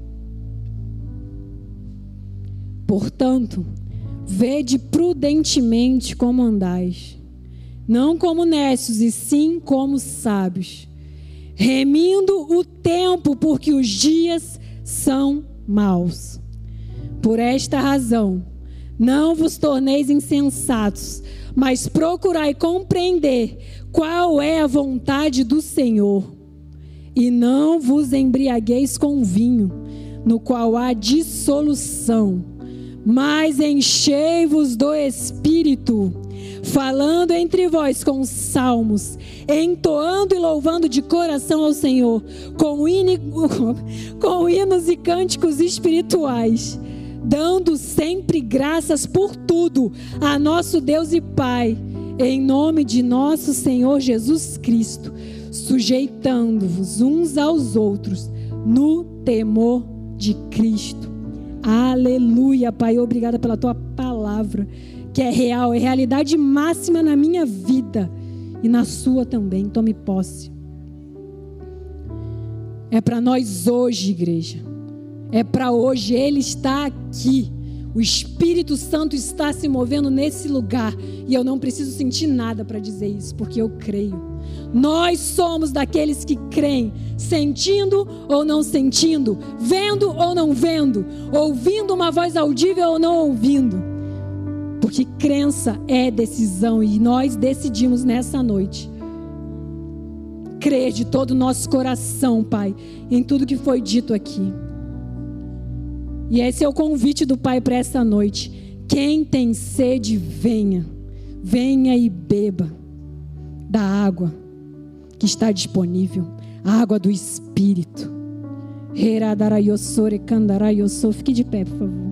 S1: Portanto, vede prudentemente como andais, não como necios, e sim como sábios, remindo o tempo, porque os dias são maus. Por esta razão, não vos torneis insensatos, mas procurai compreender qual é a vontade do Senhor. E não vos embriagueis com vinho, no qual há dissolução, mas enchei-vos do Espírito, falando entre vós com salmos, entoando e louvando de coração ao Senhor, com, hino, com hinos e cânticos espirituais, dando sempre graças por tudo a nosso Deus e Pai, em nome de nosso Senhor Jesus Cristo, sujeitando-vos uns aos outros no temor de Cristo. Aleluia, Pai, obrigada pela tua palavra, que é real, é realidade máxima na minha vida e na sua também. Tome posse. É para nós hoje, igreja. É para hoje. Ele está aqui. O Espírito Santo está se movendo nesse lugar. E eu não preciso sentir nada para dizer isso, porque eu creio. Nós somos daqueles que creem, sentindo ou não sentindo, vendo ou não vendo, ouvindo uma voz audível ou não ouvindo. Porque crença é decisão e nós decidimos nessa noite crer de todo o nosso coração, Pai, em tudo que foi dito aqui. E esse é o convite do Pai para essa noite. Quem tem sede, venha. Venha e beba da água que está disponível. A água do Espírito. Fique de pé, por favor.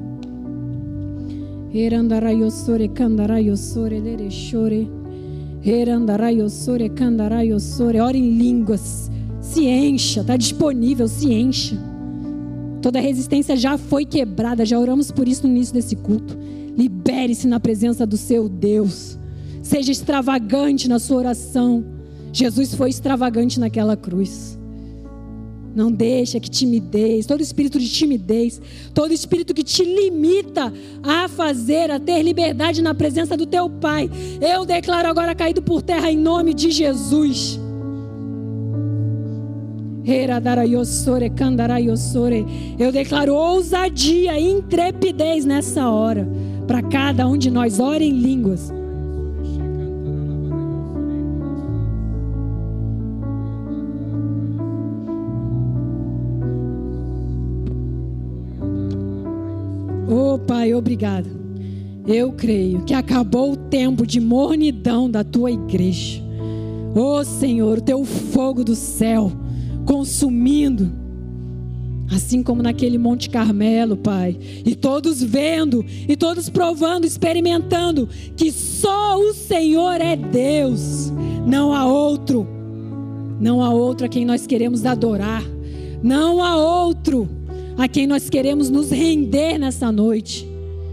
S1: Ore em línguas. Se encha, está disponível, se encha. Toda resistência já foi quebrada, já oramos por isso no início desse culto. Libere-se na presença do seu Deus. Seja extravagante na sua oração. Jesus foi extravagante naquela cruz. Não deixa que timidez, todo espírito de timidez, todo espírito que te limita a fazer, a ter liberdade na presença do teu Pai, eu declaro agora caído por terra em nome de Jesus. Eu declaro ousadia e intrepidez nessa hora, para cada um de nós. Ore em línguas. Oh Pai, obrigado. Eu creio que acabou o tempo de mornidão da tua igreja. Oh Senhor, o teu fogo do céu consumindo, assim como naquele Monte Carmelo, Pai, e todos vendo, e todos provando, experimentando, que só o Senhor é Deus, não há outro, não há outro a quem nós queremos adorar, não há outro a quem nós queremos nos render nessa noite.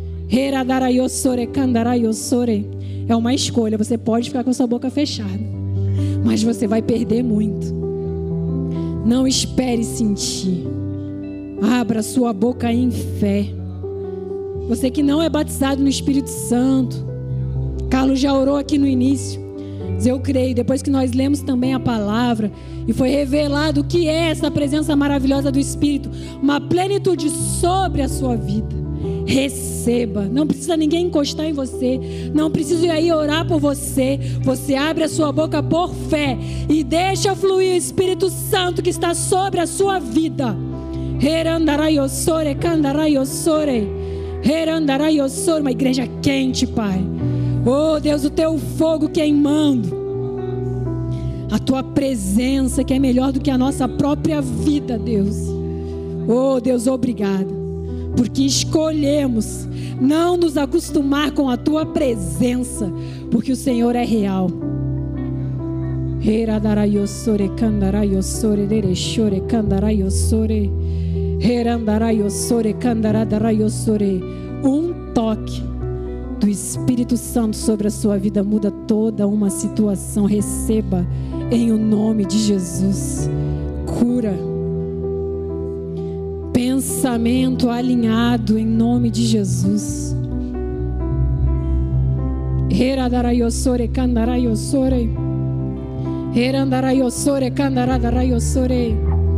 S1: É uma escolha, você pode ficar com sua boca fechada, mas você vai perder muito. Não espere sentir. Abra sua boca em fé. Você que não é batizado no Espírito Santo, Carlos já orou aqui no início. Mas eu creio, depois que nós lemos também a palavra e foi revelado o que é essa presença maravilhosa do Espírito, uma plenitude sobre a sua vida. Receba, não precisa ninguém encostar em você, não precisa ir aí orar por você. Você abre a sua boca por fé e deixa fluir o Espírito Santo que está sobre a sua vida. Uma igreja quente, Pai. Oh Deus, o teu fogo queimando, a tua presença que é melhor do que a nossa própria vida, Deus. Oh Deus, obrigado, porque escolhemos não nos acostumar com a tua presença, porque o Senhor é real. Um toque do Espírito Santo sobre a sua vida muda toda uma situação. Receba em o nome de Jesus. Cura, pensamento alinhado em nome de Jesus. Heradarayosore kandarayosore. Herandarayosore kandaradayosore.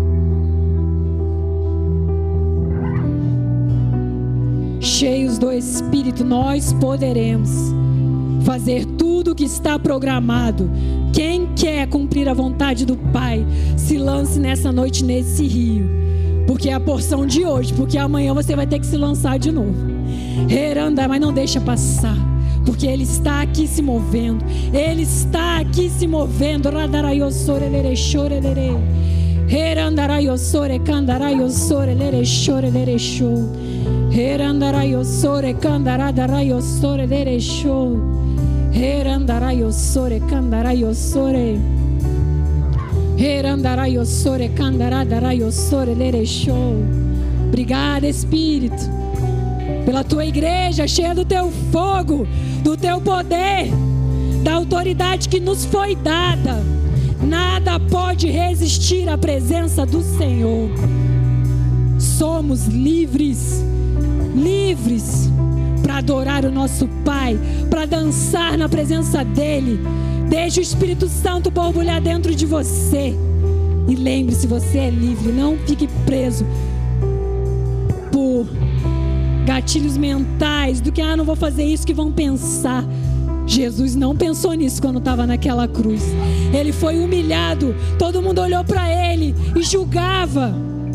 S1: Cheios do Espírito, nós poderemos fazer tudo o que está programado. Quem quer cumprir a vontade do Pai, se lance nessa noite nesse rio, porque é a porção de hoje, porque amanhã você vai ter que se lançar de novo. Heranda, mas não deixa passar, porque Ele está aqui se movendo. Ele está aqui se movendo. Radarayosore lerechore lere. Herandarayosore kandarayosore lerechore lerechou. Herandarayosore kandaradayosore lerechou. Herandarayosore kandarayosore. Herandarayosore kandaradayosore lerechou. Obrigada, Espírito, pela tua igreja cheia do teu fogo, do teu poder, da autoridade que nos foi dada. Nada pode resistir à presença do Senhor. Somos livres, livres para adorar o nosso Pai, para dançar na presença dEle. Deixe o Espírito Santo borbulhar dentro de você. E lembre-se, você é livre. Não fique preso por gatilhos mentais do que, ah, não vou fazer isso, que vão pensar. Jesus não pensou nisso quando estava naquela cruz. Ele foi humilhado, todo mundo olhou para Ele e julgava,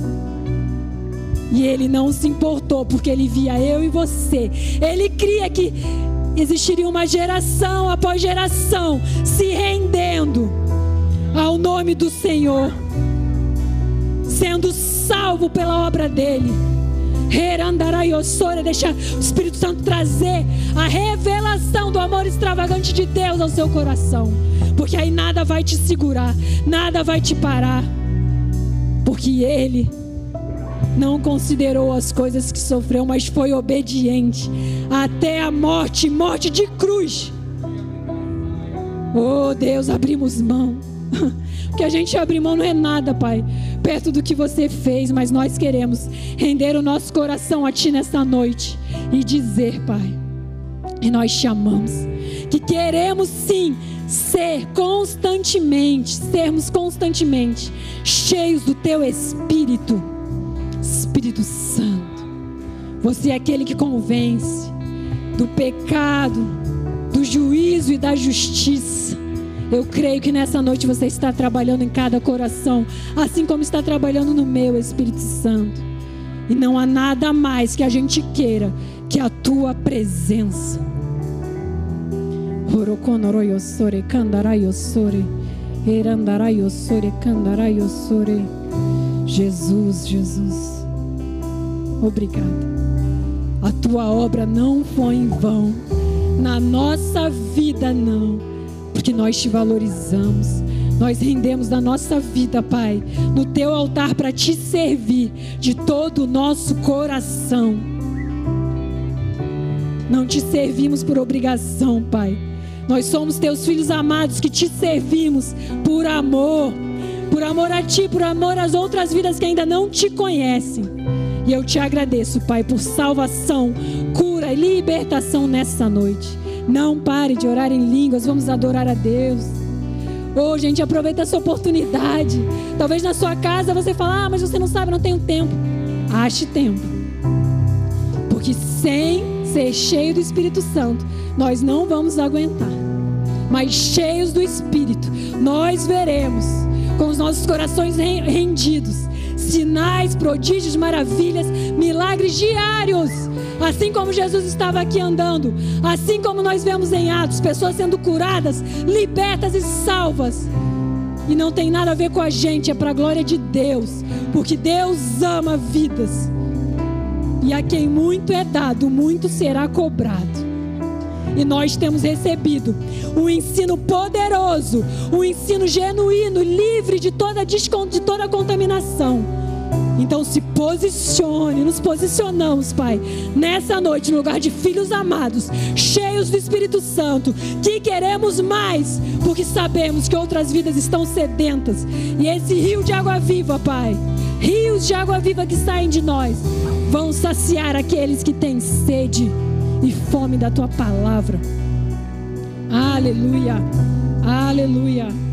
S1: e Ele não se importou, porque Ele via eu e você. Ele cria que existiria uma geração após geração se rendendo ao nome do Senhor, sendo salvo pela obra dEle. Deixa o Espírito Santo trazer a revelação do amor extravagante de Deus ao seu coração, porque aí nada vai te segurar, nada vai te parar, porque Ele não considerou as coisas que sofreu, mas foi obediente até a morte, morte de cruz. Oh Deus, abrimos mão. O que a gente abre mão não é nada, Pai, perto do que você fez, mas nós queremos render o nosso coração a Ti nesta noite e dizer, Pai, e nós te amamos, que queremos sim ser constantemente, sermos constantemente cheios do Teu Espírito. Espírito Santo, você é aquele que convence do pecado, do juízo e da justiça. Eu creio que nessa noite você está trabalhando em cada coração, assim como está trabalhando no meu, Espírito Santo. E não há nada mais que a gente queira que a tua presença. Jesus, Jesus, obrigada. A tua obra não foi em vão, na nossa vida não, porque nós te valorizamos. Nós rendemos da nossa vida, Pai, no teu altar para te servir de todo o nosso coração. Não te servimos por obrigação, Pai. Nós somos teus filhos amados que te servimos por amor, por amor a ti, por amor às outras vidas que ainda não te conhecem. E eu te agradeço, Pai, por salvação, cura e libertação nessa noite. Não pare de orar em línguas, vamos adorar a Deus. Oh, gente, aproveita essa oportunidade. Talvez na sua casa você fale, ah, mas você não sabe, não tenho tempo. Ache tempo. Porque sem ser cheio do Espírito Santo, nós não vamos aguentar. Mas cheios do Espírito, nós veremos, com os nossos corações rendidos, sinais, prodígios, maravilhas, milagres diários. Assim como Jesus estava aqui andando, assim como nós vemos em Atos, pessoas sendo curadas, libertas e salvas. E não tem nada a ver com a gente, é para a glória de Deus, porque Deus ama vidas. E a quem muito é dado, muito será cobrado. E nós temos recebido um ensino poderoso, um ensino genuíno, livre de toda, de toda contaminação. Então se posicione, nos posicionamos, Pai, nessa noite, no lugar de filhos amados, cheios do Espírito Santo, que queremos mais, porque sabemos que outras vidas estão sedentas. E esse rio de água viva, Pai, rios de água viva que saem de nós, vão saciar aqueles que têm sede e fome da Tua palavra. Aleluia, aleluia.